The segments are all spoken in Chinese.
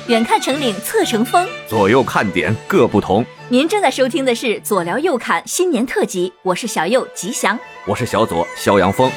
远看成岭侧成峰， 左右看点各不同。 您正在收听的是左聊右侃新年特辑，我是小右吉祥， 我是小左肖阳峰。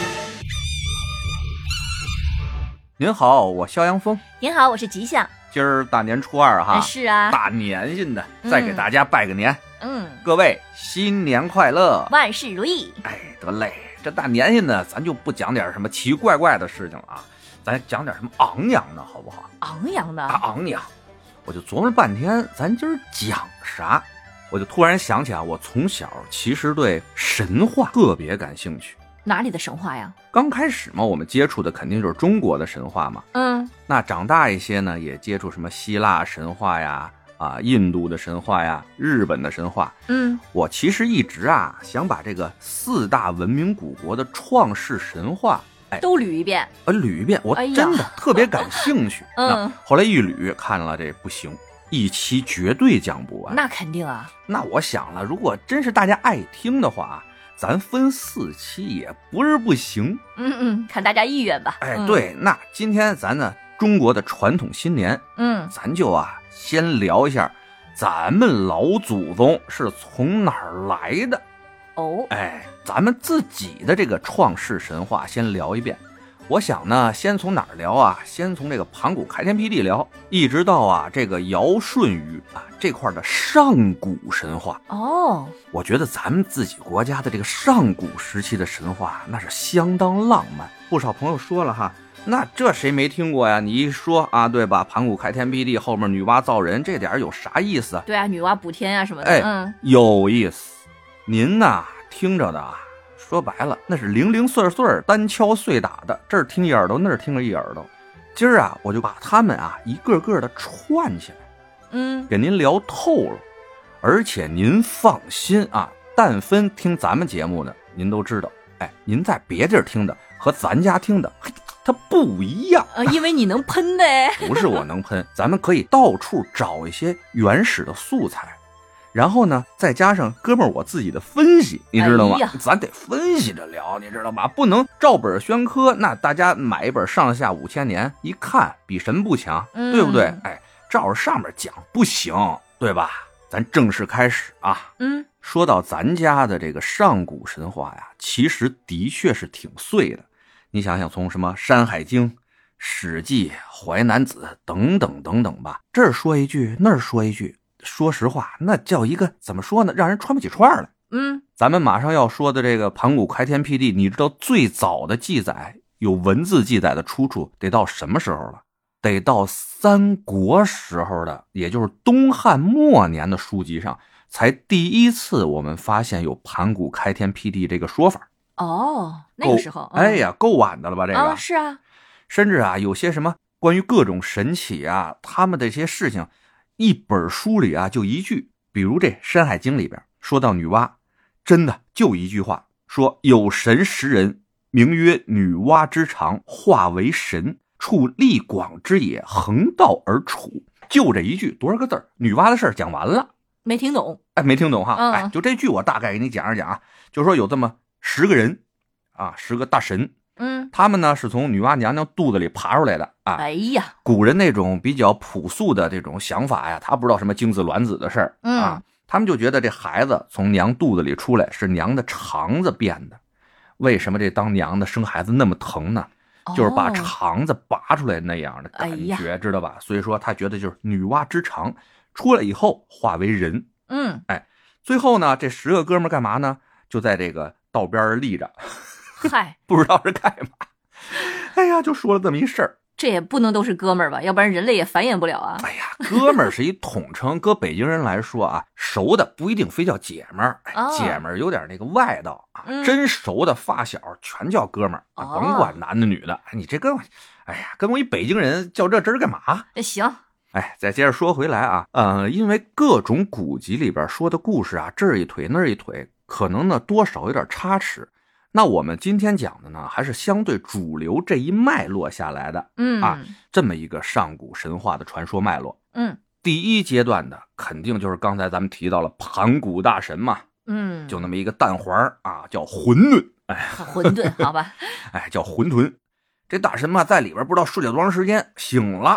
您好，我肖阳峰。 您好，我是吉祥。 今儿大年初二哈， 是啊， 大年新的，再给大家拜个年。各位新年快乐， 万事如意。 哎，得嘞，这大年新的咱就不讲点什么奇怪怪的事情了啊，咱讲点什么昂扬的好不好？ 昂扬的昂扬。我就琢磨了半天，咱今儿讲啥？我就突然想起啊，我从小其实对神话特别感兴趣。 哪里的神话呀？ 刚开始嘛，我们接触的肯定就是中国的神话嘛。那长大一些呢，也接触什么希腊神话呀，印度的神话呀，日本的神话。我其实一直想把这个4大文明古国的创世神话都捋一遍。 捋一遍，我真的特别感兴趣。那后来一捋，看了这不行，一期绝对讲不完。 那肯定啊。 那我想了，如果真是大家爱听的话，咱分4期也不是不行。 看大家意愿吧。 对，那今天咱呢，中国的传统新年，咱就先聊一下咱们老祖宗是从哪儿来的。咱们自己的这个创世神话先聊一遍。我想呢，先从哪儿聊啊？先从这个盘古开天辟地聊，一直到这个尧舜禹这块的上古神话。我觉得咱们自己国家的这个上古时期的神话那是相当浪漫。不少朋友说了哈，那这谁没听过呀？你一说对吧？盘古开天辟地后面女娲造人，这点有啥意思？ 对啊，女娲补天什么的。 有意思。您呢听着的说白了，那是零零碎碎单敲碎打的，这儿听一耳朵，那儿听了一耳朵。今儿我就把他们一个个的串起来，给您聊透了。而且您放心但凡听咱们节目的，您都知道，您在别地儿听的和咱家听的，它不一样。 因为你能喷呗。 不是我能喷，咱们可以到处找一些原始的素材。然后呢，再加上哥们儿我自己的分析，你知道吗？咱得分析着聊，你知道吧？不能照本宣科。那大家买一本上下5000年，一看比神不强，对不对？照着上面讲不行，对吧？咱正式开始说到咱家的这个上古神话呀，其实的确是挺碎的。你想想，从什么《山海经》、《史记》、《淮南子》等等等等吧，这儿说一句，那儿说一句。说实话，那叫一个怎么说呢，让人穿不起串来。咱们马上要说的这个盘古开天辟地，你知道最早的记载，有文字记载的出处得到什么时候了？得到三国时候的，也就是东汉末年的书籍上，才第一次我们发现有盘古开天辟地这个说法。 那个时候够晚的了吧？这个是啊。 甚至有些什么关于各种神奇他们的这些事情，一本书里就一句。比如这《山海经》里边说到女娲，真的就一句话，说有神识人，名曰女娲之长，化为神，处力广之野，横道而处。就这一句，多少个字？女娲的事儿讲完了。 没听懂。 没听懂哈。就这句我大概给你讲一讲就说有这么10个人10个大神。他们呢是从女娲娘娘肚子里爬出来的古人那种比较朴素的这种想法呀，他不知道什么精子卵子的事儿他们就觉得这孩子从娘肚子里出来是娘的肠子变的。为什么这当娘的生孩子那么疼呢？就是把肠子拔出来那样的感觉，知道吧？所以说他觉得就是女娲之长出来以后化为人。最后呢，这10个哥们干嘛呢？就在这个道边立着。不知道是干嘛。就说了这么一事儿。 这也不能都是哥们儿吧，要不然人类也繁衍不了哥们儿是一统称，搁北京人来说熟的不一定非叫姐们儿，姐们儿有点那个外道真熟的发小全叫哥们儿甭管男的女的。你这跟我跟我一北京人较这真儿干嘛？ 行。 再接着说回来因为各种古籍里边说的故事这儿一腿那儿一腿，可能呢多少有点差池。那我们今天讲的呢，还是相对主流这一脉络下来的这么一个上古神话的传说脉络。第一阶段的肯定就是刚才咱们提到了盘古大神嘛。就那么一个蛋黄叫混沌。 混沌好吧。 叫混沌。这大神嘛，在里边不知道睡了多长时间，醒了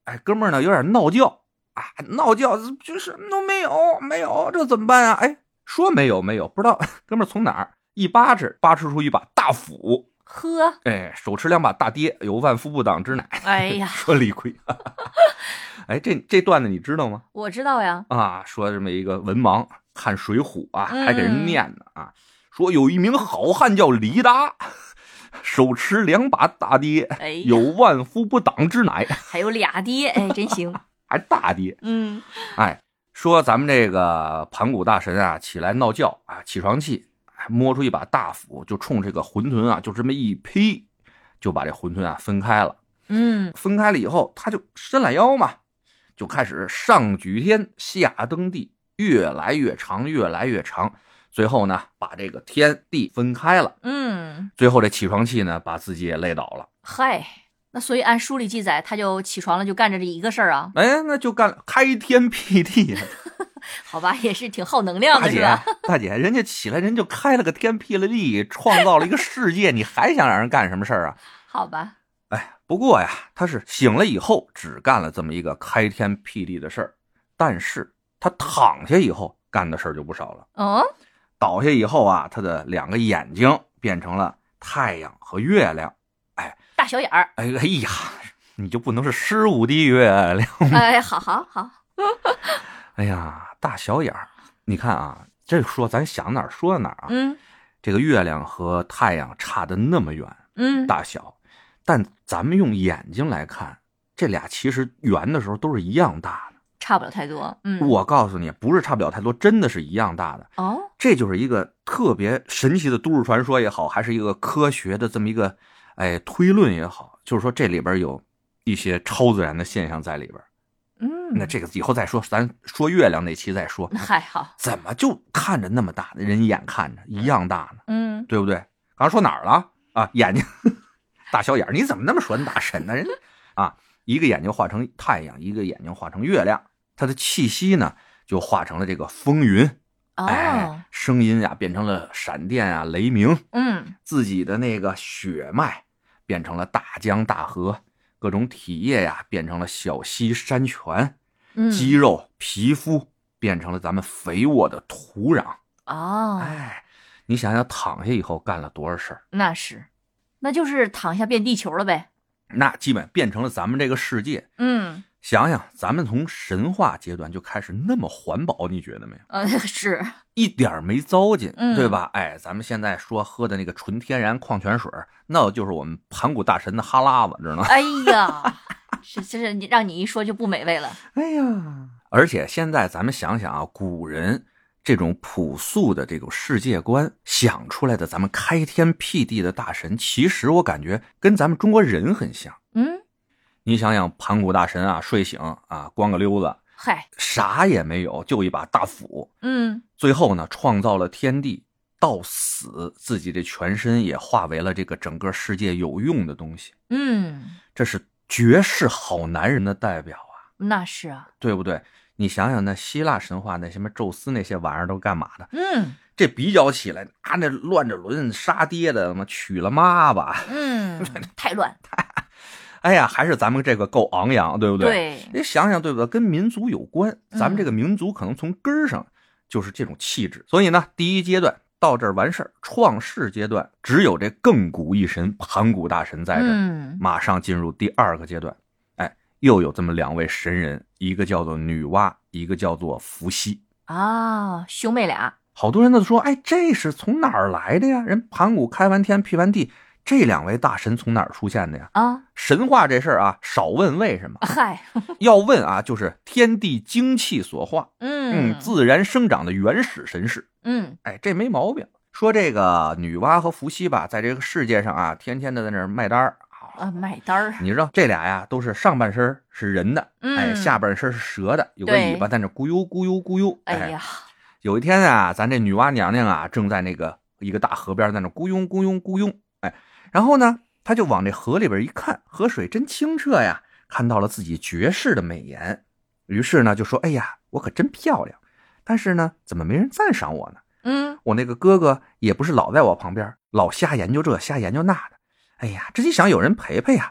哎，哥们儿呢有点闹觉啊，闹觉就是都没有，这怎么办啊？哎，说没有，不知道哥们儿从哪儿一扒拉出一把大斧。 呵， 哎，手持2把大跌，有万夫不挡之乃。 哎呀， 说李逵。哎，这段子你知道吗？ 我知道呀。 啊，说这么一个文盲看《水浒》啊，还给人念呢啊，说有一名好汉叫李达，手持2把大跌， 哎， 有万夫不挡之乃。 还有俩跌，哎，真行， 还大跌。 哎， 说咱们这个盘古大神啊，起来闹觉啊，起床气。摸出一把大斧，就冲这个混沌啊，就这么一劈，就把这混沌啊分开了。分开了以后，他就伸懒腰嘛，就开始上举天，下登地，越来越长，越来越长。最后呢，把这个天地分开了。最后这起床气呢，把自己也累倒了。 嗨，那所以按书里记载，他就起床了，就干着这一个事儿啊。 哎，那就干开天辟地。 好吧，也是挺耗能量的，是吧？ 大姐，人家起来，人就开了个天，辟了地，创造了一个世界，你还想让人干什么事儿啊？ 好吧。 哎，不过呀，他是醒了以后只干了这么一个开天辟地的事儿，但是他躺下以后干的事儿就不少了。倒下以后啊，他的2个眼睛变成了太阳和月亮。哎， 大小眼儿。 哎呀，你就不能是15滴月亮吗？ 哎，好。 哎呀，大小眼儿，你看啊，这说咱想哪儿说哪儿啊。这个月亮和太阳差得那么远，大小，但咱们用眼睛来看，这俩其实圆的时候都是一样大的， 差不了太多。 我告诉你，不是差不了太多，真的是一样大的。这就是一个特别神奇的都市传说也好，还是一个科学的这么一个推论也好，就是说这里边有一些超自然的现象在里边。那这个以后再说，咱说月亮那期再说。 还好， 怎么就看着那么大的，人眼看着一样大呢？对不对？刚说哪儿了啊？眼睛大小眼，你怎么那么说大神呢？人啊，一个眼睛画成太阳，一个眼睛画成月亮，它的气息呢就化成了这个风云。声音啊变成了闪电啊雷鸣。自己的那个血脉变成了大江大河。各种体液呀变成了小溪山泉，肌肉皮肤变成了咱们肥沃的土壤。哎，你想想躺下以后干了多少事儿？ 那就是躺下变地球了呗。 那基本变成了咱们这个世界。想想咱们从神话阶段就开始那么环保，你觉得没有？ 是一点没糟践，对吧？哎，咱们现在说喝的那个纯天然矿泉水，那就是我们盘古大神的哈喇子，知道吗？ 哎呀，是让你一说就不美味了。 哎呀，而且现在咱们想想啊，古人这种朴素的这种世界观想出来的，咱们开天辟地的大神，其实我感觉跟咱们中国人很像。你想想盘古大神啊，睡醒啊，光个溜子，啥也没有，就一把大斧。最后呢，创造了天地，到死自己这全身也化为了这个整个世界有用的东西。这是绝世好男人的代表啊。 那是啊， 对不对？你想想那希腊神话那什么宙斯那些玩意儿都干嘛的？这比较起来，那乱着伦杀爹的，娶了妈吧？ 太乱。 哎呀，还是咱们这个够昂扬，对不对？ 对， 你想想，对不对？跟民族有关，咱们这个民族可能从根儿上就是这种气质。所以呢，第一阶段到这儿完事儿，创世阶段只有这亘古一神盘古大神在这儿，马上进入第2个阶段。哎，又有这么2位神人，一个叫做女娲，一个叫做伏羲啊，兄妹俩。 好多人都说，哎，这是从哪儿来的呀？人盘古开完天辟完地。这2位大神从哪儿出现的呀？神话这事儿啊，少问为什么。要问啊，就是天地精气所化，自然生长的原始神事。哎，这没毛病。说这个女娲和伏羲吧，在这个世界上啊，天天的在那儿卖单儿卖单儿。 你知道这俩呀，都是上半身是人的，下半身是蛇的，有个尾巴在那咕悠咕悠咕悠。 哎呀， 有一天啊，咱这女娲娘娘啊，正在那个一个大河边在那咕悠咕悠咕悠。然后呢，他就往这河里边一看，河水真清澈呀，看到了自己绝世的美颜，于是呢就说：“哎呀，我可真漂亮，但是呢，怎么没人赞赏我呢？我那个哥哥也不是老在我旁边，老瞎研究这瞎研究那的。哎呀，自己想有人陪陪呀。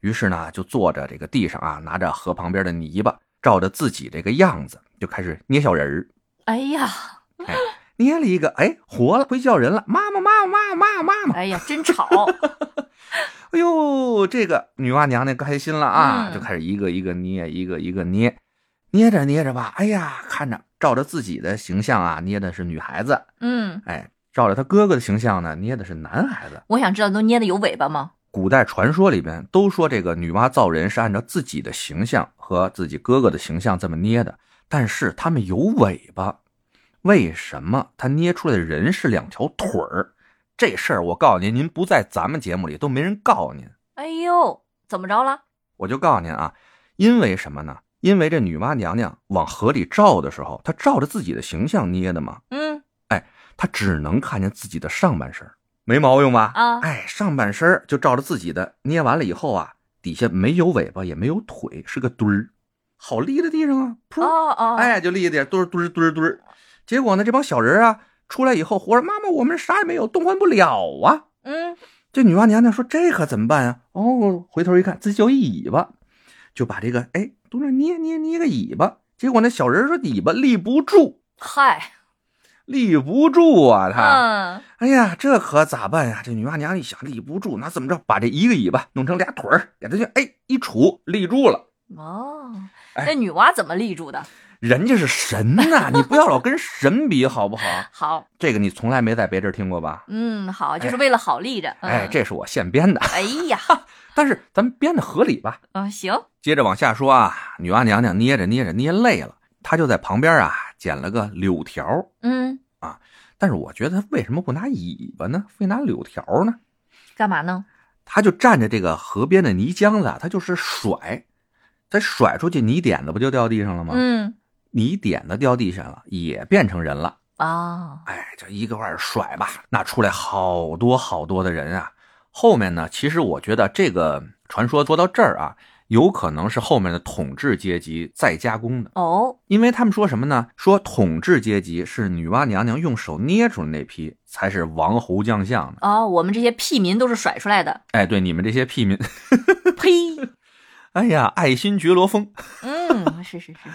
于是呢，就坐着这个地上啊，拿着河旁边的泥巴，照着自己这个样子就开始捏小人儿。 哎呀， 捏了一个，活了，会叫人了，妈妈妈妈妈妈妈妈。 哎呀，真吵。 哎呦，这个女娲娘娘开心了啊，就开始一个一个捏，一个一个捏，捏着捏着吧，哎呀，看着照着自己的形象啊，捏的是女孩子，照着他哥哥的形象呢，捏的是男孩子。 我想知道都捏的有尾巴吗？ 古代传说里边都说这个女娲造人是按照自己的形象和自己哥哥的形象这么捏的，但是他们有尾巴，为什么他捏出来的人是2条腿儿？这事儿我告诉您，您不在咱们节目里都没人告诉您。 哎呦，怎么着了？ 我就告诉您啊，因为什么呢？因为这女娲娘娘往河里照的时候，她照着自己的形象捏的嘛。她只能看见自己的上半身，没毛病吧？上半身就照着自己的捏完了以后啊，底下没有尾巴也没有腿，是个墩儿，好立在地上啊，噗，就立在地上，墩儿墩儿墩儿墩儿。结果呢，这帮小人啊出来以后，活着妈妈，我们啥也没有，动换不了啊。这女娲娘娘说这可怎么办啊？回头一看，自己有一尾巴，就把这个都那捏个尾巴。结果那小人说尾巴立不住，立不住啊他。哎呀，这可咋办呀？这女娲娘娘一想立不住，那怎么着？把这一个尾巴弄成2腿儿，给他就一杵立住了。 那女娲怎么立住的？ 人家是神呐，你不要老跟神比好不好？ 好， 这个你从来没在别地儿听过吧？ 好，就是为了好立着。 这是我现编的。 哎呀， 但是咱们编的合理吧？ 行。 接着往下说啊，女娲娘娘捏着捏着捏累了，她就在旁边啊捡了个柳条。但是我觉得她为什么不拿尾巴呢？非拿柳条呢？ 干嘛呢？ 她就站着这个河边的泥浆子，她就是甩，再甩出去泥点子不就掉地上了吗？泥点子掉地上了，也变成人了就一个块甩吧，那出来好多好多的人啊。后面呢，其实我觉得这个传说做到这儿啊，有可能是后面的统治阶级再加工的因为他们说什么呢？说统治阶级是女娲娘娘用手捏出的那批才是王侯将相的我们这些屁民都是甩出来的。 对，你们这些屁民呸！ 哎呀，爱新觉罗风。 是。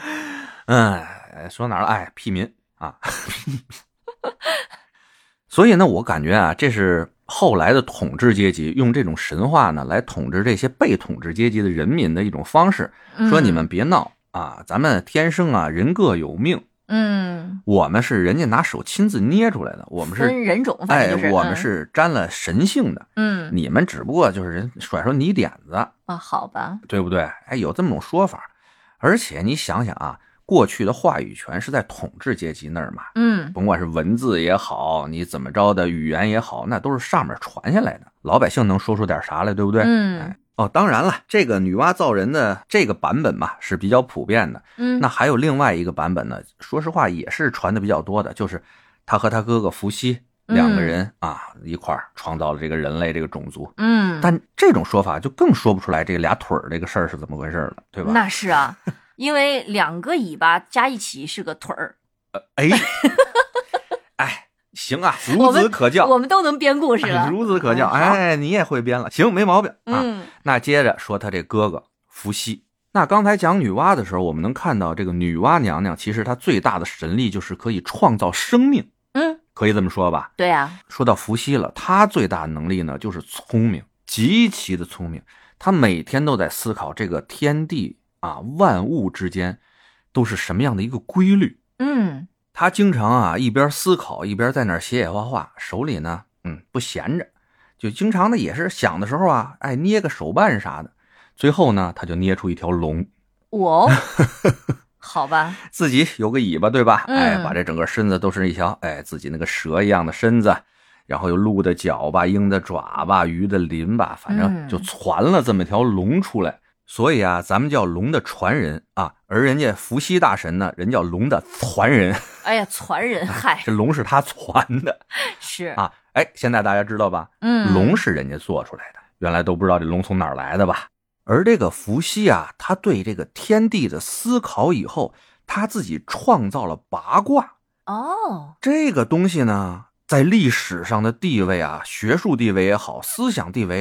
说哪儿了？屁民啊。所以呢，我感觉啊，这是后来的统治阶级用这种神话呢来统治这些被统治阶级的人民的一种方式。说你们别闹啊，咱们天生啊人各有命。我们是人家拿手亲自捏出来的，我们是分人种，反正就是我们是沾了神性的。你们只不过就是人甩出泥点子好吧， 对不对？有这么种说法。而且你想想啊，过去的话语权是在统治阶级那儿嘛，甭管是文字也好，你怎么着的语言也好，那都是上面传下来的，老百姓能说出点啥来，对不对？当然了，这个女娲造人的这个版本嘛是比较普遍的。那还有另外一个版本呢，说实话也是传的比较多的，就是他和他哥哥伏羲2个人一块创造了这个人类这个种族。但这种说法就更说不出来这个2腿这个事儿是怎么回事了，对吧？ 那是啊，因为2个尾巴加一起是个腿儿。 行啊，孺子可教， 我们都能编故事了。 孺子可教，你也会编了，行，没毛病那接着说他这哥哥伏羲。那刚才讲女娲的时候，我们能看到这个女娲娘娘其实她最大的神力就是可以创造生命。可以这么说吧？ 对啊。 说到伏羲了，他最大的能力呢就是聪明，极其的聪明。他每天都在思考这个天地万物之间都是什么样的一个规律。他经常一边思考一边在那儿写写画画，手里呢不闲着，就经常的也是想的时候捏个手办啥的。最后呢他就捏出一条龙。 好吧， 自己有个尾巴对吧？把这整个身子都是一条自己那个蛇一样的身子，然后有鹿的脚吧，鹰的爪吧，鱼的鳞吧，反正就传了这么条龙出来。所以咱们叫龙的传人而人家伏羲大神呢，人叫龙的传人。 传人， 这龙是他传的。 是现在大家知道吧？龙是人家做出来的，原来都不知道这龙从哪儿来的吧？而这个伏羲他对这个天地的思考以后，他自己创造了八卦。这个东西呢，在历史上的地位学术地位也好，思想地位也好，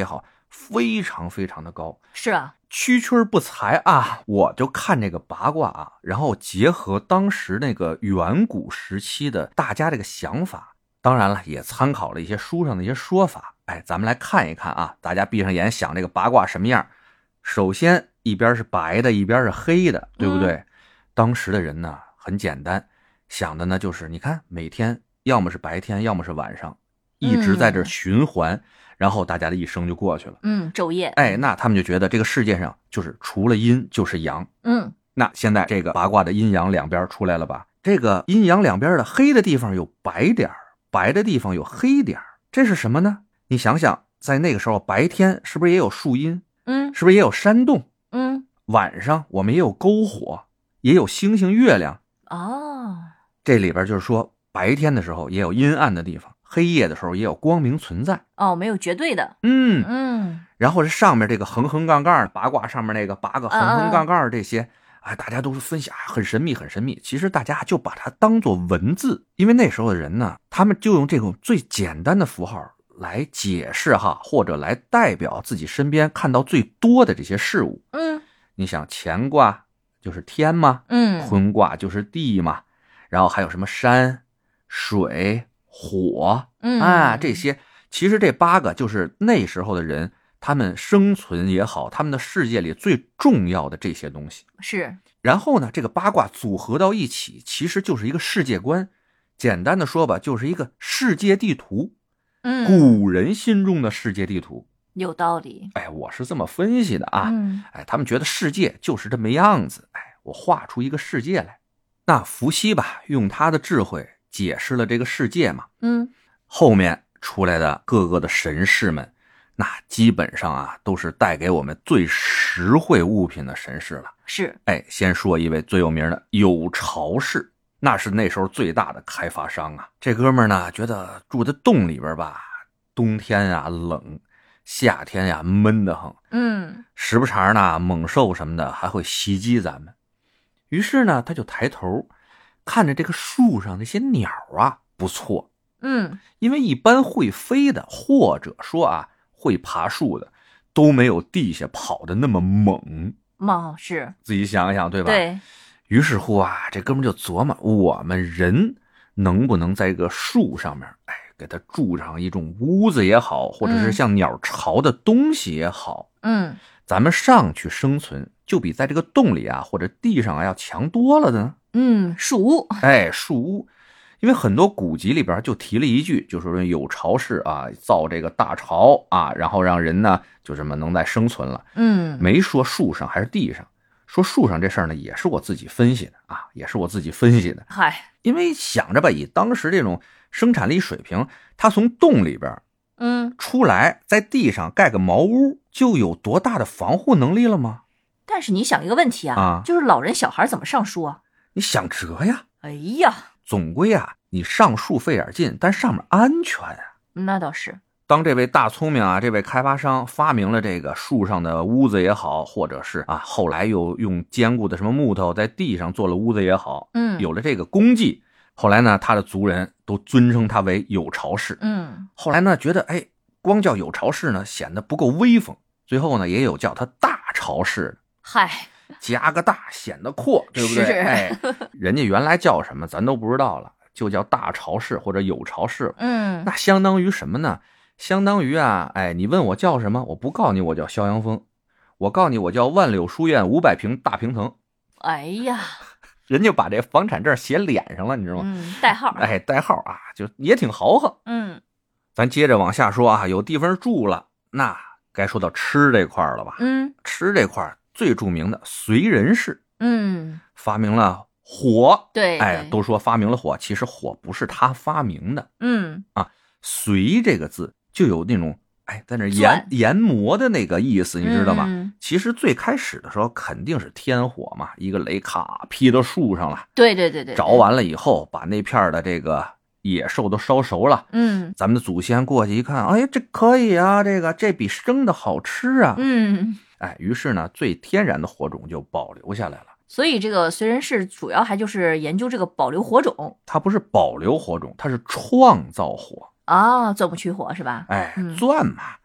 非常非常的高。 是啊， 区区不才啊，我就看这个八卦啊，然后结合当时那个远古时期的大家这个想法，当然了，也参考了一些书上的一些说法。咱们来看一看啊，大家闭上眼想这个八卦什么样。首先一边是白的，一边是黑的，对不对？当时的人呢很简单，想的呢就是你看每天要么是白天，要么是晚上，一直在这循环，然后大家的一生就过去了。 昼夜。 那他们就觉得这个世界上就是除了阴就是阳。那现在这个八卦的阴阳两边出来了吧？这个阴阳两边的黑的地方有白点，白的地方有黑点，这是什么呢？你想想，在那个时候白天是不是也有树荫？是不是也有山洞？晚上我们也有篝火，也有星星月亮。这里边就是说白天的时候也有阴暗的地方，黑夜的时候也有光明存在。 没有绝对的。 然后这上面这个横横杠杠，八卦上面那个8个横横杠杠这些，大家都是分析很神秘很神秘。其实大家就把它当作文字，因为那时候的人呢，他们就用这种最简单的符号来解释或者来代表自己身边看到最多的这些事物。你想乾卦就是天嘛，坤卦就是地嘛，然后还有什么山、水、火这些，其实这8个就是那时候的人他们生存也好，他们的世界里最重要的这些东西。 是。 然后呢，这个八卦组合到一起，其实就是一个世界观。简单的说吧，就是一个世界地图。古人心中的世界地图。 有道理。 我是这么分析的啊。他们觉得世界就是这么样子。我画出一个世界来。那伏羲吧，用他的智慧解释了这个世界嘛。后面出来的各个的神士们，那基本上都是带给我们最实惠物品的神士了。 是。 先说一位最有名的有巢氏，那是那时候最大的开发商啊。这哥们儿呢，觉得住在洞里边吧，冬天冷，夏天闷得很。时不常呢，猛兽什么的还会袭击咱们。于是呢，他就抬头看着这个树上那些鸟不错。因为一般会飞的，或者说会爬树的，都没有地下跑的那么猛。 是。 自己想想，对吧？ 对。 于是乎这哥们就琢磨，我们人能不能在这个树上面，给它筑上一种屋子也好，或者是像鸟巢的东西也好。咱们上去生存，就比在这个洞里或者地上要强多了呢。 树屋。 树屋。因为很多古籍里边就提了一句，就说有巢氏造这个大巢然后让人呢就这么能在生存了。没说树上还是地上。说树上这事儿呢，也是我自己分析的也是我自己分析的。因为想着吧，以当时这种生产力水平，他从洞里边出来，在地上盖个茅屋，就有多大的防护能力了吗？ 但是你想一个问题就是老人小孩怎么上树你想辙呀。总归你上树费点劲，但上面安全那倒是。 当这位大聪明这位开发商发明了这个树上的屋子也好，或者是后来又用坚固的什么木头在地上做了屋子也好，有了这个功绩，后来呢，他的族人都尊称他为有巢氏。后来呢，觉得光叫有巢氏呢显得不够威风，最后呢，也有叫他大巢氏的。加个大显得阔，对不对？人家原来叫什么咱都不知道了，就叫大巢氏或者有巢氏。那相当于什么呢？相当于你问我叫什么，我不告诉你我叫肖阳峰，我告诉你我叫万柳书院500平大平层。人就把这房产证写脸上了，你知道吗？ 代号。 代号就也挺豪横。咱接着往下说有地方住了，那该说到吃这块了吧？吃这块最著名的燧人氏，发明了火。 对， 都说发明了火，其实火不是他发明的。燧这个字就有那种在那研磨的那个意思，你知道吗？其实最开始的时候肯定是天火嘛，一个雷咔劈到树上了。 对， 着完了以后，把那片的这个野兽都烧熟了。咱们的祖先过去一看，这可以这比生的好吃于是呢，最天然的火种就保留下来了。 所以这个燧人氏主要还就是研究这个保留火种。 它不是保留火种，它是创造火钻木取火是吧？ 钻嘛，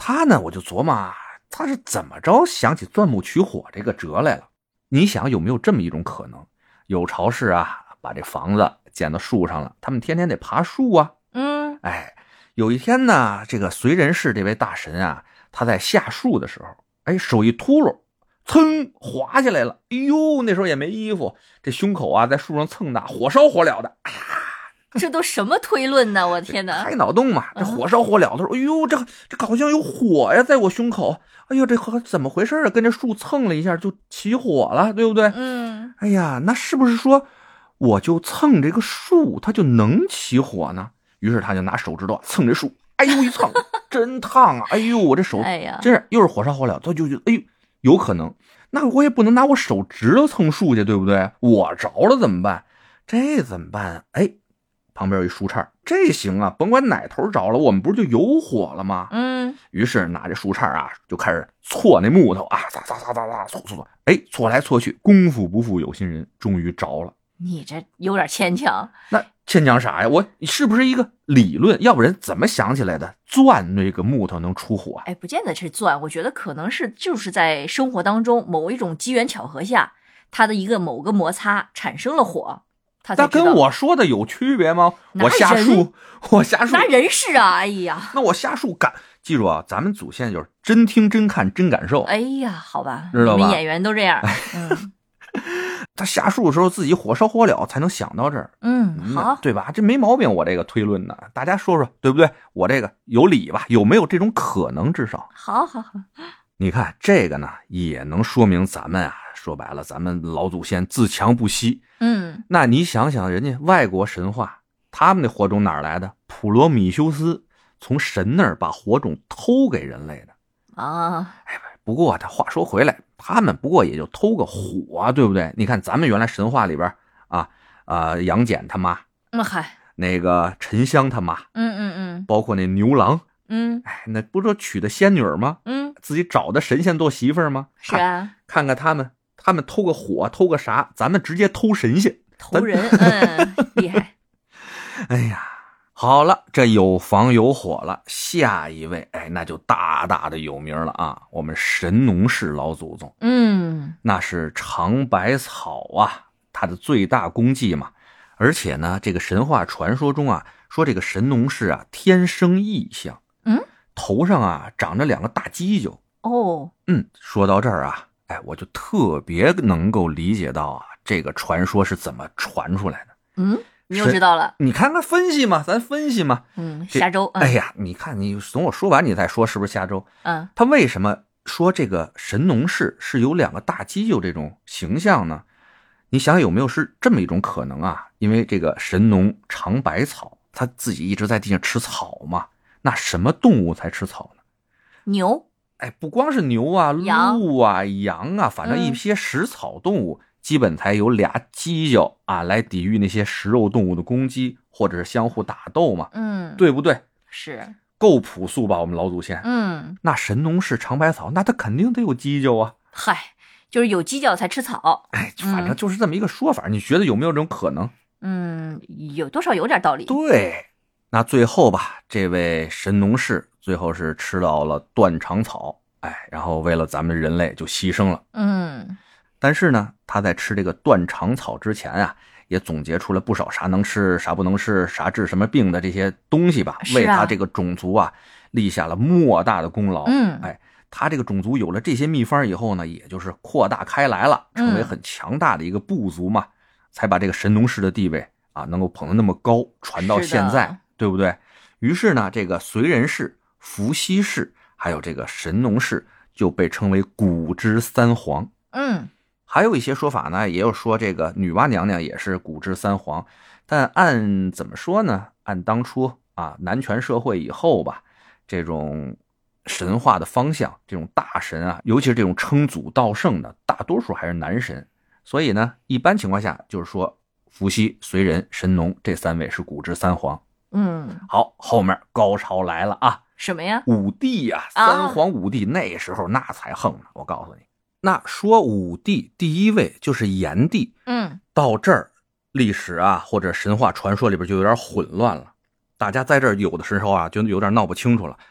他呢，我就琢磨啊，他是怎么着想起钻木取火这个辙来了？你想有没有这么一种可能？有朝士啊，把这房子建到树上了，他们天天得爬树啊。哎，有一天呢，这个燧人氏这位大神啊，他在下树的时候，哎，手一秃噜，噌滑下来了。哎呦，那时候也没衣服，这胸口啊在树上蹭的火烧火燎的。 这都什么推论呢？我天哪！ 开脑洞嘛，这火烧火燎的时候，哎呦，这好像有火呀，在我胸口。哎呦，这怎么回事啊？跟这树蹭了一下就起火了，对不对？哎呀，那是不是说我就蹭这个树，它就能起火呢？于是他就拿手指头蹭这树，哎呦一蹭，真烫啊！哎呦，我这手，真是又是火烧火燎，他就哎呦，有可能。那我也不能拿我手指头蹭树去，对不对？我着了怎么办？这怎么办？哎，旁边有一树杈，这行啊，甭管哪头着了，我们不是就有火了吗？于是拿这树杈啊，就开始搓那木头啊，搓，哎，搓来搓去，功夫不负有心人，终于着了。 你这有点牵强。 那牵强啥呀？我是不是一个理论？要不然怎么想起来的？钻那个木头能出火？ 哎，不见得是钻，我觉得可能是就是在生活当中某一种机缘巧合下，它的某个摩擦产生了火。 那跟我说的有区别吗？我瞎树， 拿人是啊！哎呀， 那我瞎树干。记住啊，咱们祖先就是真听真看真感受。 哎呀，好吧， 知道吧？ 你们演员都这样。 他下树的时候自己火烧火燎才能想到这儿。 好， 对吧？这没毛病，我这个推论呢，大家说说对不对？我这个有理吧？有没有这种可能？至少好。 你看这个呢，也能说明咱们啊，说白了，咱们老祖先自强不息。那你想想，人家外国神话，他们的火种哪儿来的？普罗米修斯从神那儿把火种偷给人类的啊。 不过他话说回来，他们不过也就偷个火，对不对？你看咱们原来神话里边杨戬他妈，那个沉香他妈，包括那牛郎，那不是娶的仙女吗？自己找的神仙做媳妇儿吗？ 是啊， 看看他们偷个火，偷个啥？咱们直接偷神仙， 偷人，厉害。 哎呀，好了，这有房有火了，下一位，哎，那就大大的有名了啊！我们神农氏老祖宗，那是尝百草啊，他的最大功绩嘛。而且呢，这个神话传说中啊，说这个神农氏啊，天生异象，头上啊长着2个大犄角。说到这儿啊，哎，我就特别能够理解到啊，这个传说是怎么传出来的。 你又知道了？ 你看看分析嘛，咱分析嘛。 下周。 哎呀，你看你等我说完你再说是不是下周？他为什么说这个神农氏是有2个大犄角这种形象呢？你想有没有是这么一种可能啊？因为这个神农尝百草，他自己一直在地上吃草嘛。那什么动物才吃草呢？ 牛。 哎，不光是牛啊、鹿啊、羊啊，反正一些食草动物，基本才有2犄角啊，来抵御那些食肉动物的攻击，或者是相互打斗嘛。对不对？ 是。 够朴素吧，我们老祖先。那神农氏尝百草，那他肯定得有犄角啊。 嗨，就是有犄角才吃草。 哎，反正就是这么一个说法。你觉得有没有这种可能？ 有多少有点道理。 对，那最后吧，这位神农氏最后是吃到了断肠草，哎，然后为了咱们人类就牺牲了。但是呢，他在吃这个断肠草之前啊，也总结出了不少啥能吃啥不能吃，啥治什么病的这些东西吧，为他这个种族啊立下了莫大的功劳。哎，他这个种族有了这些秘方以后呢，也就是扩大开来了，成为很强大的一个部族嘛，才把这个神农氏的地位啊能够捧得那么高，传到现在，对不对？于是呢，这个燧人氏、伏羲氏还有这个神农氏就被称为古之3皇。还有一些说法呢，也有说这个女娲娘娘也是古之3皇，但按怎么说呢？按当初啊男权社会以后吧，这种神话的方向，这种大神啊，尤其是这种称祖道圣的，大多数还是男神。所以呢，一般情况下就是说伏羲、燧人、神农这3位是古之3皇。好，后面高潮来了啊！ 什么呀 ？5帝呀，3皇5帝，那时候那才横呢，我告诉你。那说5帝第一位就是炎帝。到这儿历史啊或者神话传说里边就有点混乱了，大家在这儿有的时候啊就有点闹不清楚了。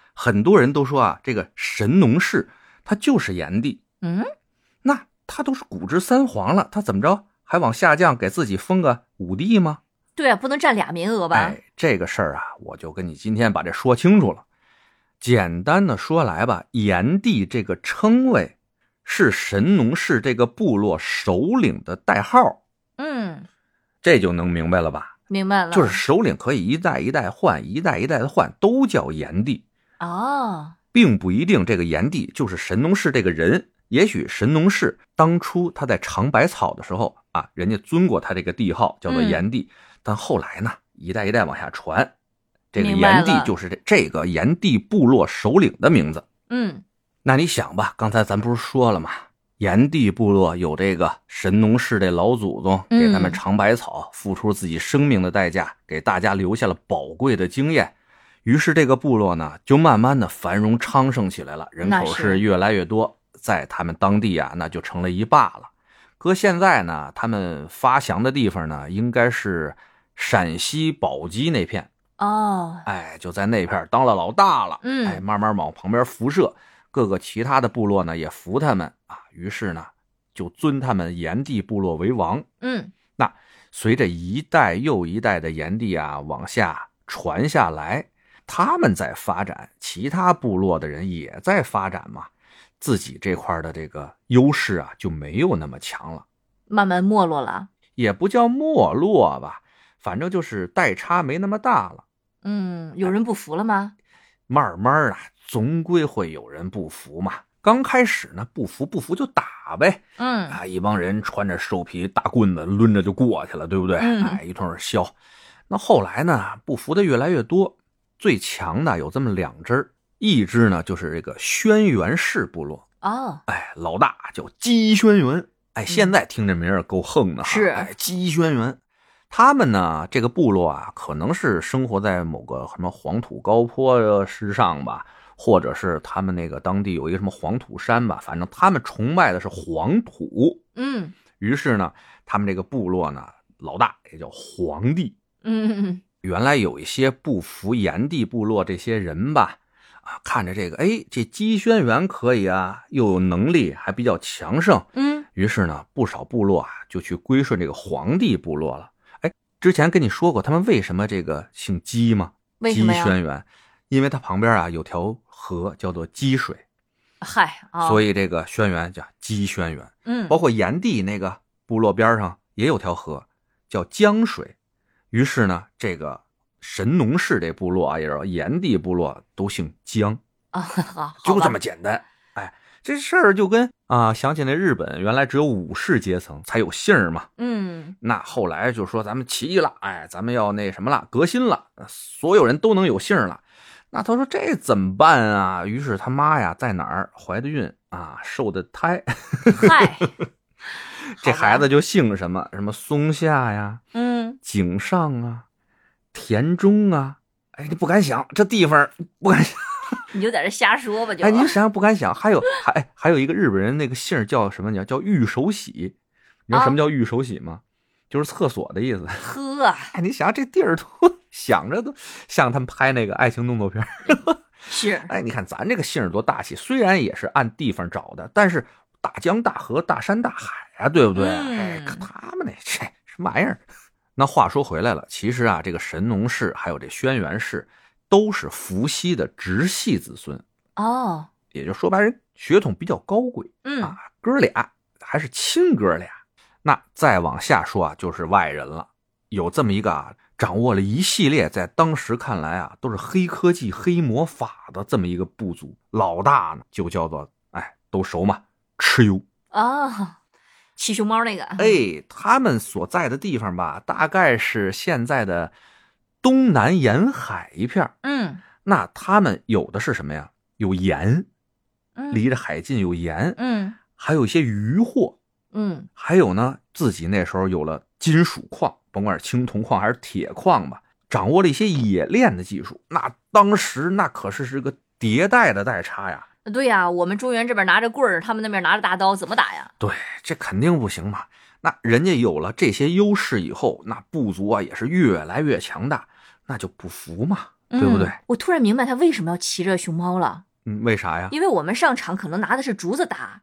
很多人都说啊，这个神农氏他就是炎帝。那他都是古之三皇了，他怎么着还往下降，给自己封个武帝吗？ 对啊，不能占俩名额吧？ 这个事儿啊，我就跟你今天把这说清楚了。简单的说来吧，炎帝这个称谓是神农氏这个部落首领的代号。这就能明白了吧？ 明白了， 就是首领可以一代一代换，一代一代的换，都叫炎帝。并不一定这个炎帝就是神农氏这个人，也许神农氏当初他在尝百草的时候啊，人家尊过他这个帝号叫做炎帝，但后来呢，一代一代往下传，这个炎帝就是这个炎帝部落首领的名字。那你想吧，刚才咱不是说了吗？炎帝部落有这个神农氏的老祖宗给他们尝百草，付出自己生命的代价，给大家留下了宝贵的经验。于是这个部落呢，就慢慢的繁荣昌盛起来了，人口是越来越多，在他们当地啊，那就成了一霸了。搁现在呢，他们发祥的地方呢，应该是陕西宝鸡那片。就在那片当了老大了。慢慢往旁边辐射，各个其他的部落呢也服他们啊，于是呢就尊他们炎帝部落为王。那随着一代又一代的炎帝啊往下传下来，他们在发展，其他部落的人也在发展嘛，自己这块的这个优势啊就没有那么强了， 慢慢没落了。 也不叫没落吧，反正就是代差没那么大了。 有人不服了吗？ 慢慢啊，总归会有人不服嘛。刚开始呢，不服就打呗。一帮人穿着兽皮大棍子抡着就过去了，对不对？一通削。那后来呢，不服的越来越多，最强的有这么两支，一支呢就是这个轩辕氏部落。老大叫姬轩辕。现在听这名儿够横的哈。 是。 姬轩辕。他们呢，这个部落啊，可能是生活在某个什么黄土高坡之上吧，或者是他们那个当地有一个什么黄土山吧，反正他们崇拜的是黄土。于是呢，他们这个部落呢，老大也叫黄帝。原来有一些不服炎帝部落这些人吧，看着这个，这姬轩辕可以啊，又有能力，还比较强盛。于是呢，不少部落啊就去归顺这个黄帝部落了。之前跟你说过他们为什么这个姓姬吗？ 为什么呀？ 姬轩辕，因为他旁边啊有条河叫做姬水。所以这个轩辕叫姬轩辕。包括炎帝那个部落边上也有条河叫江水。于是呢，这个神农氏这部落啊，也是炎帝部落都姓江。就这么简单。这事儿就跟想起那日本原来只有武士阶层才有姓嘛。那后来就说咱们起义了，咱们要那什么了，革新了，所有人都能有姓了。那他说这怎么办啊？于是他妈呀在哪儿怀的孕啊，受的胎。这孩子就姓什么松下呀，井上啊，田中啊。你不敢想，这地方不敢想。 你就在这瞎说吧，就。 你想想不敢想。还有一个日本人那个姓叫什么？叫御手洗。你知道什么叫御手洗吗？就是厕所的意思。你想这地儿都想着都像他们拍那个爱情动作片。 是。 你看咱这个姓多大气，虽然也是按地方找的，但是大江大河大山大海啊，对不对？可他们这什么玩意儿？那话说回来了，其实啊，这个神农氏还有这轩辕氏都是伏羲的直系子孙。也就说白人血统比较高贵。哥俩还是亲哥俩。那再往下说啊，就是外人了。有这么一个掌握了一系列在当时看来啊都是黑科技黑魔法的这么一个部族，老大呢就叫做都熟嘛，蚩尤。 骑熊猫那个。 他们所在的地方吧，大概是现在的东南沿海一片。那他们有的是什么呀？有盐，离着海近有盐。还有一些渔获。还有呢，自己那时候有了金属矿，甭管是青铜矿还是铁矿吧，掌握了一些冶炼的技术。那当时那可是个迭代的代差呀。 对呀，我们中原这边拿着棍儿，他们那边拿着大刀，怎么打呀？ 对，这肯定不行嘛。那人家有了这些优势以后，那部族啊也是越来越强大，那就不服嘛。 对不对？ 我突然明白他为什么要骑着熊猫了。 为啥呀？ 因为我们上场可能拿的是竹子打。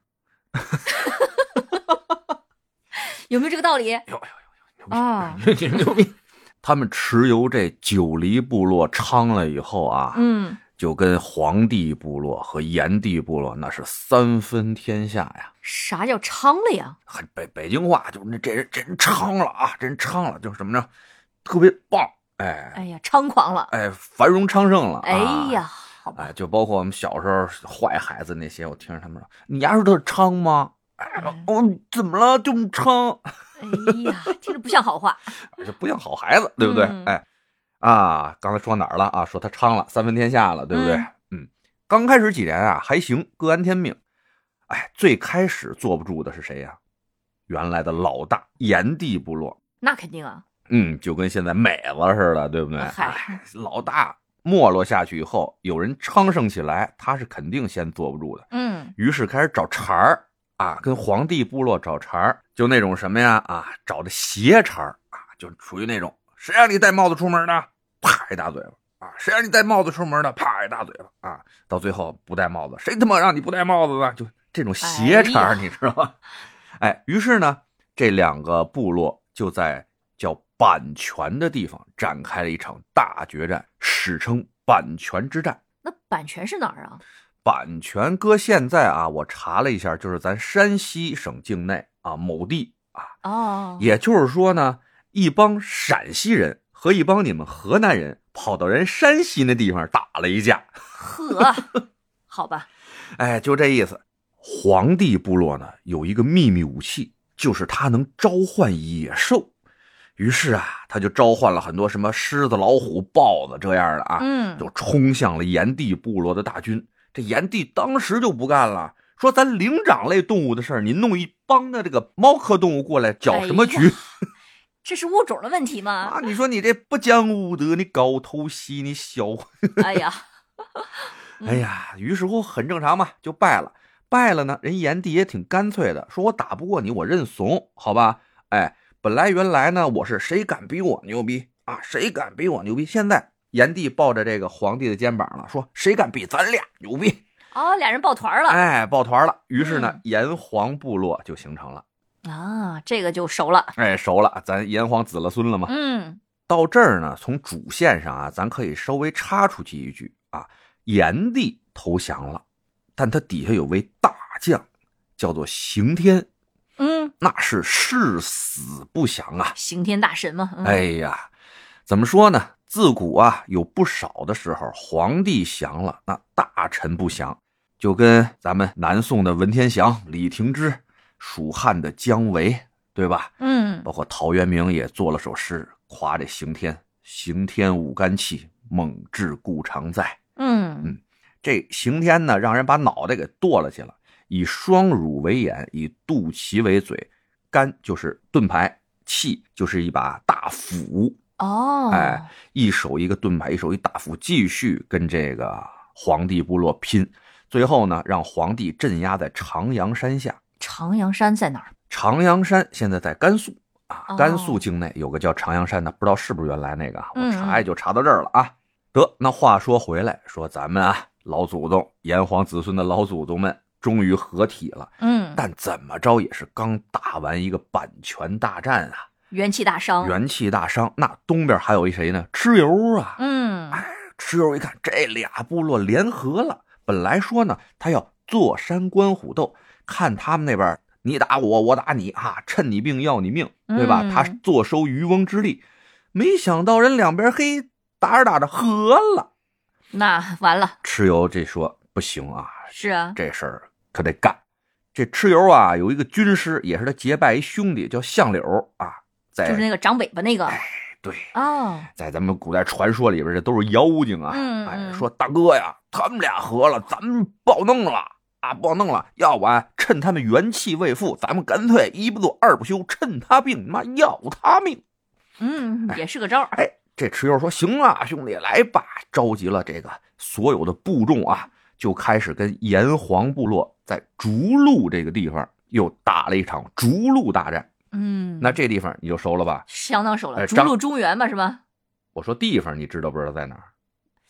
有没有这个道理？ 有啊，牛逼！他们蚩尤这九黎部落昌了以后啊，就跟黄帝部落和炎帝部落那是三分天下呀。 啥叫昌了呀？ 北京话就是这人昌了啊，这人昌了，就是什么呢？特别棒，哎呀，猖狂了， 繁荣昌盛了， 哎呀，好吧， 就包括我们小时候坏孩子那些，我听着他们说，你丫是特昌吗？怎么了？就昌？ 哎呀，听着不像好话， 这不像好孩子，对不对？刚才说哪儿了啊？说他昌了，三分天下了，对不对？刚开始几年啊还行，各安天命。最开始坐不住的是谁呀？原来的老大炎帝部落。 那肯定啊。 就跟现在美了似的，对不对？老大没落下去以后，有人昌盛起来，他是肯定先坐不住的。于是开始找茬儿啊，跟黄帝部落找茬儿，就那种什么呀找的斜茬儿啊，就属于那种谁让你戴帽子出门的，啪一大嘴巴啊！谁让你戴帽子出门的，啪一大嘴巴啊！到最后不戴帽子，谁他妈让你不戴帽子的？就这种斜茬儿，你知道吗？于是呢，这两个部落就在叫阪泉的地方展开了一场大决战，史称阪泉之战。 那阪泉是哪儿啊？ 阪泉搁现在啊，我查了一下，就是咱山西省境内啊某地啊。也就是说呢，一帮陕西人和一帮你们河南人跑到人山西那地方打了一架。 呵，好吧。 就这意思。黄帝部落呢有一个秘密武器，就是它能召唤野兽。于是啊，他就召唤了很多什么狮子、老虎、豹子这样的啊，就冲向了炎帝部落的大军。这炎帝当时就不干了，说咱灵长类动物的事儿，你弄一帮的这个猫科动物过来搅什么局？ 这是物种的问题吗？ 你说你这不讲武德，你高头戏，你小哎呀， 于是乎很正常嘛，就败了。败了呢，人炎帝也挺干脆的，说我打不过你，我认怂，好吧？本来原来呢，我是谁敢比我牛逼啊？谁敢比我牛逼？现在炎帝抱着这个皇帝的肩膀了，说谁敢比咱俩牛逼？ 俩人抱团了。 抱团了。于是呢，炎黄部落就形成了。 这个就熟了。 熟了，咱炎黄子了孙了嘛。到这儿呢，从主线上啊，咱可以稍微插出去一句啊，炎帝投降了，但他底下有位大将，叫做刑天。那是誓死不降啊！ 刑天大神嘛。 怎么说呢？自古啊，有不少的时候，皇帝降了，那大臣不降，就跟咱们南宋的文天祥、李廷芝，蜀汉的姜维，对吧？包括陶渊明也做了首诗，夸这刑天：刑天无干气，猛志故常在。这刑天呢，让人把脑袋给剁了去了。以双乳为眼，以肚脐为嘴，干就是盾牌，气就是一把大斧。一手一个盾牌，一手一大斧，继续跟这个黄帝部落拼。最后呢，让黄帝镇压在长阳山下。 长阳山在哪儿？ 长阳山现在在甘肃甘肃境内有个叫长阳山的，不知道是不是原来那个，我查也就查到这儿了啊。得，那话说回来，说咱们老祖宗炎黄子孙的老祖宗们终于合体了。但怎么着也是刚打完一个阪泉大战啊， 元气大伤。 那东边还有一谁呢？蚩尤啊。蚩尤一看这俩部落联合了，本来说呢他要坐山观虎斗，看他们那边你打我，我打你趁你病要你命，对吧？他坐收渔翁之利。没想到人两边打着打着和了， 那完了。 蚩尤这说不行啊， 是啊， 这事儿可得干。这蚩尤啊有一个军师，也是他结拜一兄弟，叫项柳就是那个长尾巴那个。 对在咱们古代传说里边，这都是妖精啊。说大哥呀，他们俩合了，咱们不好弄了不好弄了，要不趁他们元气未复，咱们干脆一不做二不休，趁他病妈要他命。 也是个招。 这蚩尤说行啊，兄弟来吧，召集了这个所有的部众就开始跟炎黄部落在逐鹿这个地方又打了一场逐鹿大战。那这地方你就熟了吧？ 相当熟了。逐鹿中原嘛，是吧？ 我说地方你知道不知道在哪儿？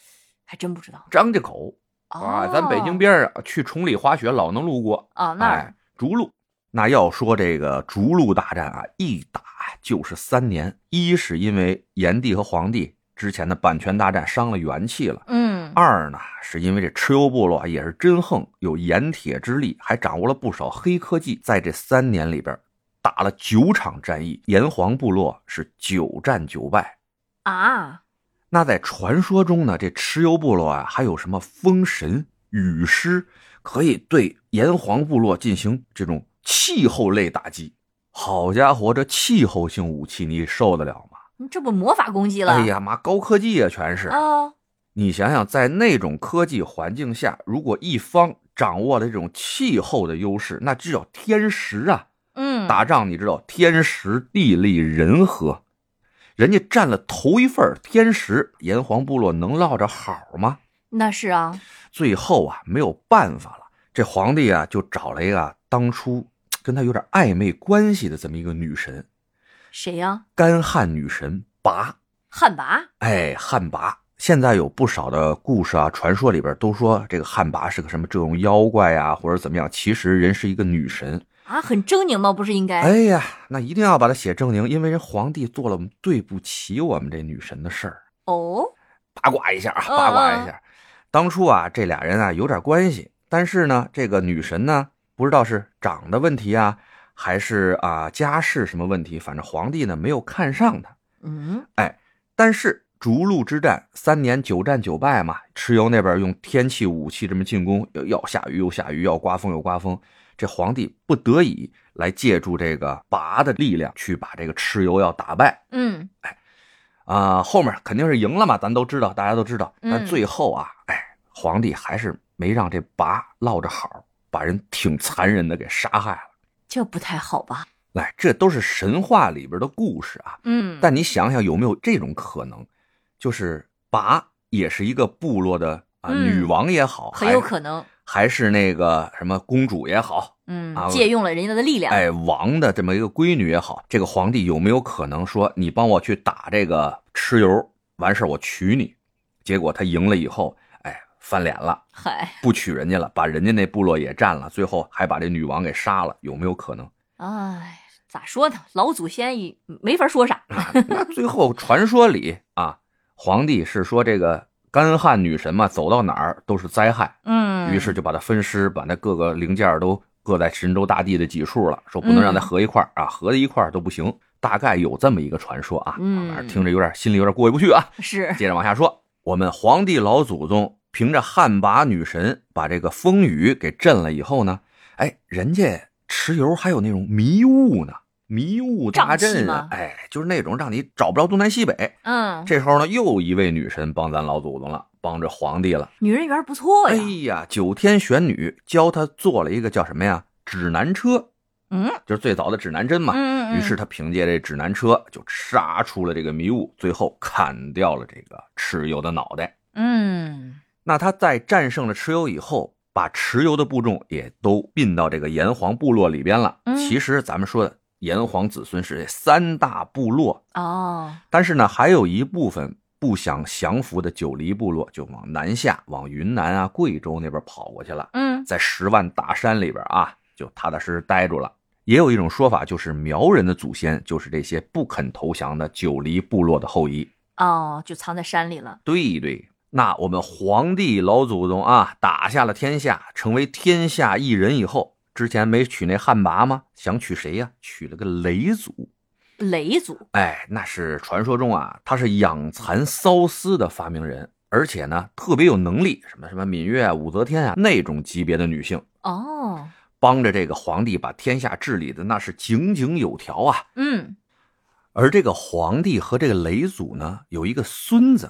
还真不知道。 张家口啊，咱北京边上去崇礼滑雪老能路过啊，那逐鹿。那要说这个逐鹿大战啊，一打就是3年。一是因为炎帝和黄帝之前的版权大战伤了元气了，二呢是因为这蚩尤部落也是真横，有盐铁之力，还掌握了不少黑科技，在这3年里边打了9场战役，炎黄部落是9战9败啊。 那在传说中呢，这蚩尤部落啊还有什么风神、雨师，可以对炎黄部落进行这种气候类打击。好家伙，这气候性武器你受得了吗？ 这不魔法攻击了？ 哎呀妈，高科技啊，全是你想想，在那种科技环境下，如果一方掌握了这种气候的优势，那这叫天时啊。打仗你知道天时地利人和，人家占了头一份天时，炎黄部落能落着好吗？ 那是啊。 最后啊没有办法了，这皇帝啊就找了一个当初跟他有点暧昧关系的这么一个女神。 谁呀？ 干旱女神魃。 旱魃？ 哎，旱魃。现在有不少的故事啊传说里边都说这个旱魃是个什么这种妖怪啊或者怎么样，其实人是一个女神啊。很狰狞吗？不是应该？ 哎呀，那一定要把它写狰狞，因为人皇帝做了对不起我们这女神的事儿。八卦一下啊，八卦一下。当初啊这俩人啊有点关系，但是呢这个女神呢不知道是长的问题啊还是家世什么问题，反正皇帝呢没有看上她。但是逐鹿之战3年9战9败嘛，蚩尤那边用天气武器这么进攻，要下雨又下雨，要刮风又刮风，这皇帝不得已来借助这个魃的力量去把这个蚩尤要打败。后面肯定是赢了嘛，咱都知道，大家都知道。但最后啊，皇帝还是没让这魃落着好，把人挺残忍的给杀害了。 这不太好吧？ 这都是神话里边的故事啊。但你想想有没有这种可能，就是魃也是一个部落的女王也好， 很有可能， 还是那个什么公主也好， 借用了人家的力量， 王的这么一个闺女也好，这个皇帝有没有可能说你帮我去打这个蚩尤，完事我娶你，结果他赢了以后翻脸了，不娶人家了，把人家那部落也占了，最后还把这女王给杀了，有没有可能？ 咋说呢？老祖先没法说啥。 那最后传说里皇帝是说这个干旱女神嘛，走到哪儿都是灾害。于是就把它分尸，把那各个零件都搁在神州大地的几处了，说不能让它合一块合在一块都不行。大概有这么一个传说啊。听着有点心里有点过意不去啊。 是。 接着往下说，我们皇帝老祖宗凭着旱魃女神把这个风雨给震了以后呢，人家蚩尤还有那种迷雾呢，迷雾大阵啊，就是那种让你找不着东南西北。这时候呢，又一位女神帮咱老祖宗了，帮着皇帝了。 女人缘不错呀。9天玄女教他做了一个叫什么呀？指南车。就是最早的指南针嘛。于是他凭借这指南车就杀出了这个迷雾，最后砍掉了这个蚩尤的脑袋。那他在战胜了蚩尤以后，把蚩尤的部众也都并到这个炎黄部落里边了。其实咱们说的炎黄子孙是3大部落但是呢还有一部分不想降服的九黎部落就往南下，往云南贵州那边跑过去了。在10万大山里边就踏踏实实待住了。也有一种说法，就是苗人的祖先就是这些不肯投降的九黎部落的后裔。 就藏在山里了。 对，那我们皇帝老祖宗打下了天下，成为天下一人以后，之前没娶那旱魃吗？想娶谁呀？娶了个雷祖。 雷祖？ 那是传说中他是养蚕缫丝的发明人，而且呢特别有能力，什么芈月武则天那种级别的女性。帮着这个皇帝把天下治理的那是井井有条而这个皇帝和这个雷祖呢有一个孙子。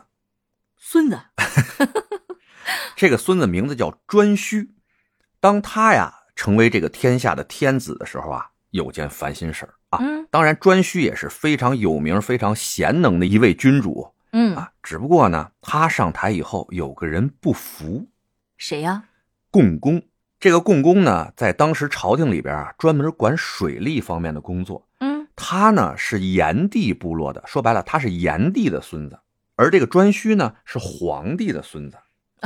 这个孙子名字叫颛顼。当他成为这个天下的天子的时候有件烦心事当然颛顼也是非常有名非常贤能的一位君主只不过呢他上台以后有个人不服。 谁呀？ 共工。这个共工呢在当时朝廷里边专门管水利方面的工作。他呢是炎帝部落的，说白了他是炎帝的孙子，而这个颛顼呢是皇帝的孙子。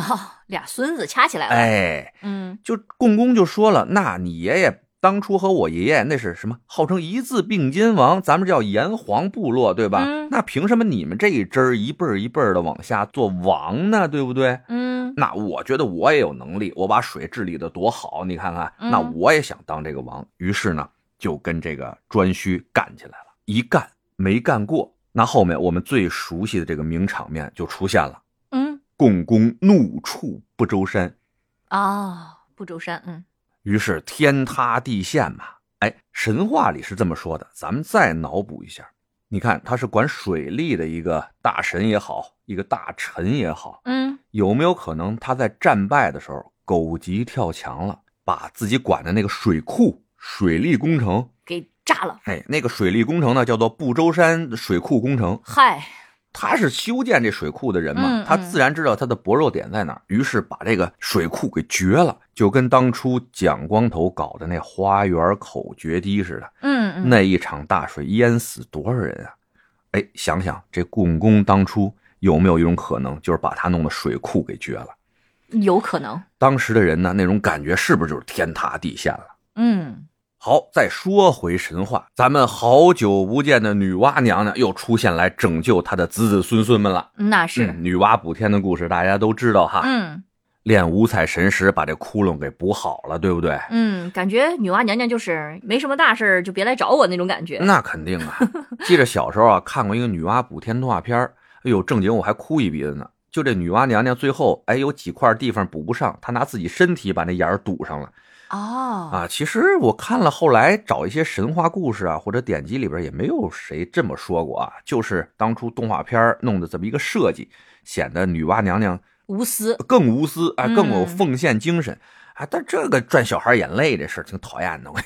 俩孙子掐起来了。 哎，就共工就说了，那你爷爷当初和我爷爷那是什么？号称一字并肩王，咱们叫炎黄部落，对吧？那凭什么你们这一支儿一辈儿一辈儿的往下做王呢？对不对？那我觉得我也有能力，我把水治理的多好，你看看，那我也想当这个王。于是呢，就跟这个颛顼干起来了。一干没干过，那后面我们最熟悉的这个名场面就出现了。共工怒触不周山。 不周山。 于是天塌地陷嘛。神话里是这么说的，咱们再脑补一下。你看他是管水利的一个大神也好，一个大臣也好，有没有可能他在战败的时候狗急跳墙了，把自己管的那个水库水利工程给炸了？ 那个水利工程呢叫做不周山水库工程。他是修建这水库的人嘛，他自然知道他的薄弱点在哪儿，于是把这个水库给掘了，就跟当初蒋光头搞的那花园口决堤似的。那一场大水淹死多少人啊？想想这共工当初有没有一种可能，就是把他弄的水库给掘了？ 有可能。 当时的人呢，那种感觉是不是就是天塌地陷了？好，再说回神话，咱们好久不见的女娲娘娘又出现来拯救她的子子孙孙们了。 那是女娲补天的故事大家都知道哈。炼五彩神石把这窟窿给补好了，对不对？ 感觉女娲娘娘就是没什么大事就别来找我那种感觉。 那肯定啊。记着小时候啊看过一个女娲补天动画片，正经我还哭一鼻子呢。就这女娲娘娘最后有几块地方补不上，她拿自己身体把那眼儿堵上了。其实我看了后来找一些神话故事啊或者典籍里边也没有谁这么说过啊，就是当初动画片弄的这么一个设计，显得女娲娘娘更无私更有奉献精神但这个赚小孩眼泪这事挺讨厌的。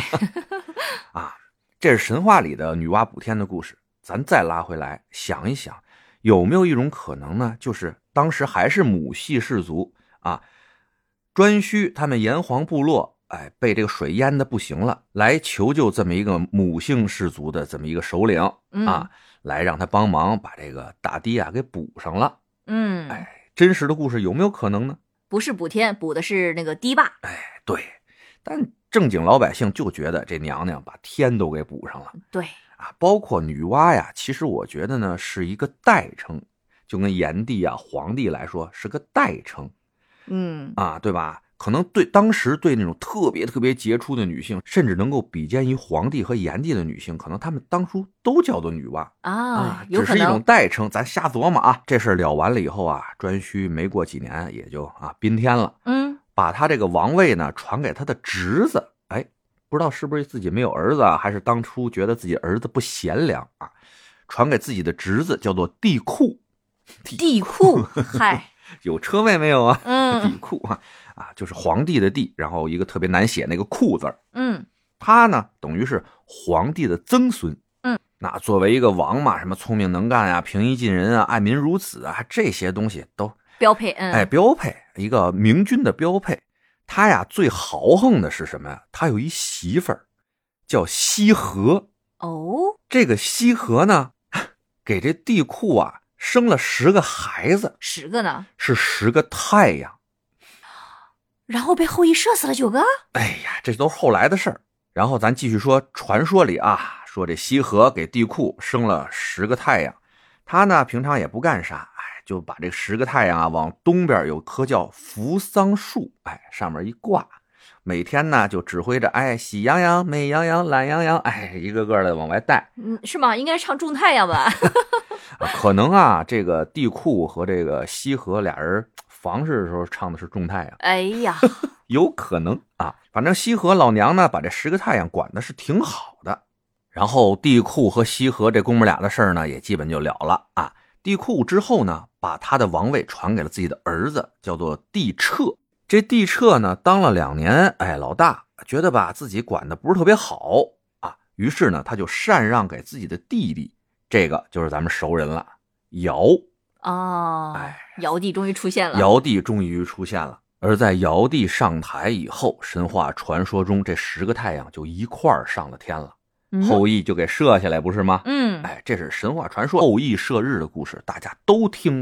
这是神话里的女娲补天的故事，咱再拉回来想一想，有没有一种可能呢？就是当时还是母系氏族颛顼他们炎黄部落被这个水淹的不行了，来求救这么一个母姓氏族的这么一个首领来让他帮忙把这个大堤给补上了。真实的故事有没有可能呢？ 不是补天，补的是那个堤坝。 对，但正经老百姓就觉得这娘娘把天都给补上了。 对包括女娲呀，其实我觉得呢是一个代称，就跟炎帝皇帝来说是个代称。对吧？可能当时对那种特别特别杰出的女性，甚至能够比肩于皇帝和炎帝的女性，可能她们当初都叫做女娲有可能只是一种代称，咱瞎琢磨这事了完了以后颛顼没过几年也就宾天了。把他这个王位呢传给他的侄子。不知道是不是自己没有儿子还是当初觉得自己儿子不贤良传给自己的侄子，叫做帝喾。 帝喾有车位没有帝喾就是皇帝的帝，然后一个特别难写那个喾字。他呢等于是皇帝的曾孙。那作为一个王嘛，什么聪明能干平易近人爱民如子这些东西都标配。 标配，一个明君的标配。他最豪横的是什么呀？他有一媳妇儿叫羲和。这个羲和呢给这帝喾生了10个孩子。 10个呢？ 是10个太阳。 然后被后羿射死了9个。 这都是后来的事儿。然后咱继续说传说里说这羲和给帝喾生了10个太阳。他呢平常也不干啥，就把这10个太阳往东边有棵叫扶桑树上面一挂，每天呢就指挥着喜羊羊美羊羊懒羊羊一个个的往外带。 是吗？应该唱种太阳吧。 可能这个帝喾和这个羲和俩人房事的时候唱的是种太阳。有可能反正羲和老娘呢把这10个太阳管的是挺好的。然后帝喾和羲和这公们俩的事儿呢也基本就了了帝喾之后呢把他的王位传给了自己的儿子，叫做帝彻。这帝彻呢当了2年老大，觉得自己管的不是特别好于是呢他就禅让给自己的弟弟，这个就是咱们熟人了，尧。 尧帝终于出现了。 尧帝终于出现了。而在尧帝上台以后，神话传说中这10个太阳就一块儿上了天了。后羿就给射下来不是吗？这是神话传说后羿射日的故事，大家都听过。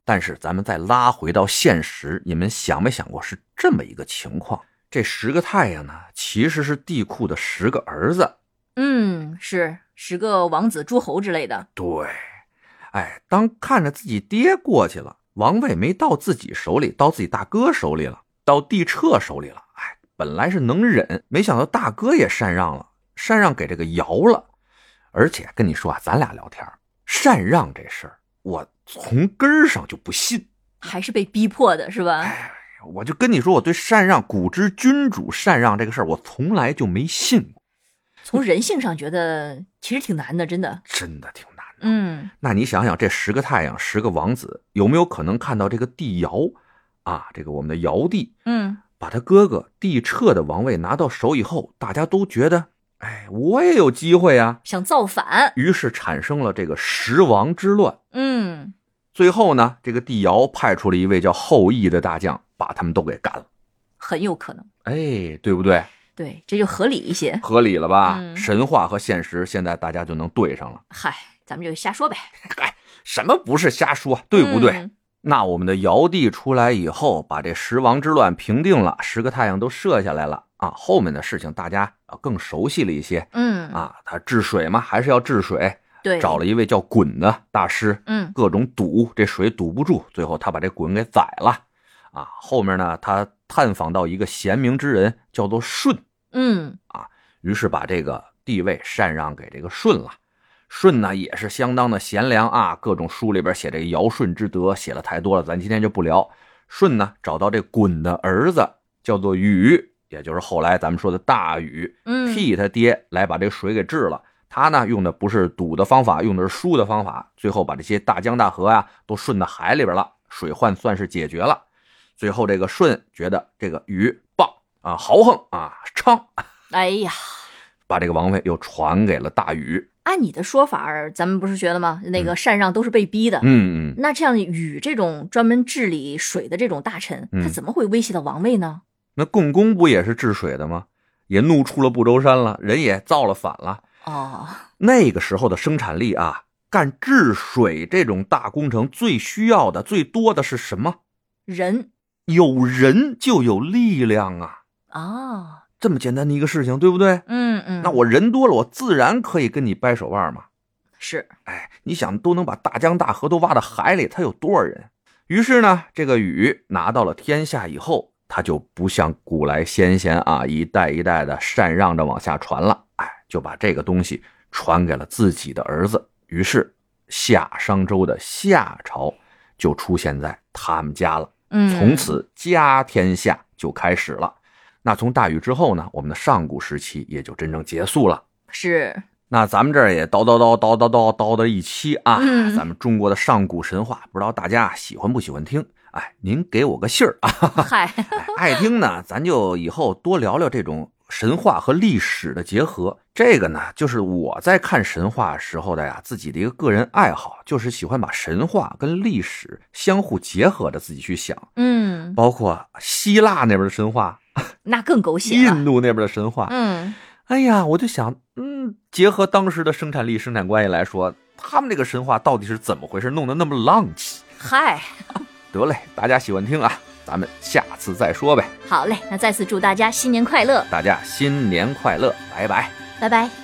但是咱们再拉回到现实，你们想没想过是这么一个情况，这10个太阳呢，其实是帝喾的10个儿子。 是10个王子诸侯之类的。 对，当看着自己爹过去了，王位没到自己手里，到自己大哥手里了，到帝彻手里了，本来是能忍，没想到大哥也禅让了，禅让给这个尧了。而且跟你说啊，咱俩聊天，禅让这事儿，我从根儿上就不信， 还是被逼迫的是吧？ 我就跟你说，我对禅让，古之君主禅让这个事儿，我从来就没信过。 从人性上觉得其实挺难的，真的挺难的。那你想想，这10个太阳，10个王子，有没有可能看到这个帝尧啊，这个我们的尧帝，把他哥哥帝彻的王位拿到手以后，大家都觉得我也有机会啊， 想造反， 于是产生了这个10王之乱。最后呢，这个帝尧派出了一位叫后羿的大将，把他们都给干了。 很有可能， 对不对？ 对，这就合理一些， 合理了吧？神话和现实现在大家就能对上了。 咱们就瞎说呗。 什么不是瞎说，对不对？那我们的尧帝出来以后，把这10王之乱平定了，10个太阳都射下来了啊。后面的事情大家更熟悉了一些。他治水嘛，还是要治水。 对， 找了一位叫鲧的大师，各种堵，这水堵不住，最后他把这鲧给宰了。后面呢，他探访到一个贤明之人，叫做舜。于是把这个地位禅让给这个舜了。舜呢也是相当的贤良啊，各种书里边写这个尧舜之德写了太多了，咱今天就不聊。舜呢找到这鲧的儿子叫做禹，也就是后来咱们说的大禹，替他爹来把这水给治了。他呢用的不是堵的方法，用的是疏的方法，最后把这些大江大河呀都顺到海里边了，水患算是解决了。最后这个舜觉得这个禹棒啊，豪横啊，昌，把这个王位又传给了大禹。 按你的说法，咱们不是学了吗？那个禅让都是被逼的。那这样禹这种专门治理水的这种大臣，他怎么会威胁到王位呢？ 那共工不也是治水的吗？也怒出了不周山了，人也造了反了。那个时候的生产力啊，干治水这种大工程最需要的最多的是什么？ 人。 有人就有力量这么简单的一个事情，对不对？那我人多了，我自然可以跟你掰手腕嘛。 是。 你想都能把大江大河都挖到海里，他有多少人？于是呢，这个禹拿到了天下以后，他就不像古来先贤啊，一代一代的禅让着往下传了，就把这个东西传给了自己的儿子。于是夏商周的夏朝就出现在他们家了。从此家天下就开始了。那从大禹之后呢，我们的上古时期也就真正结束了。 是。 那咱们这儿也叨叨一期啊，咱们中国的上古神话，不知道大家喜欢不喜欢听？您给我个信儿啊！爱听呢，咱就以后多聊聊这种神话和历史的结合。这个呢，就是我在看神话时候的自己的一个个人爱好，就是喜欢把神话跟历史相互结合着自己去想。包括希腊那边的神话， 那更狗血了。 印度那边的神话，我就想，结合当时的生产力、生产关系来说，他们这个神话到底是怎么回事，弄得那么浪气？得嘞，大家喜欢听啊，咱们下次再说呗。 好嘞，那再次祝大家新年快乐！ 大家新年快乐，拜拜， 拜拜。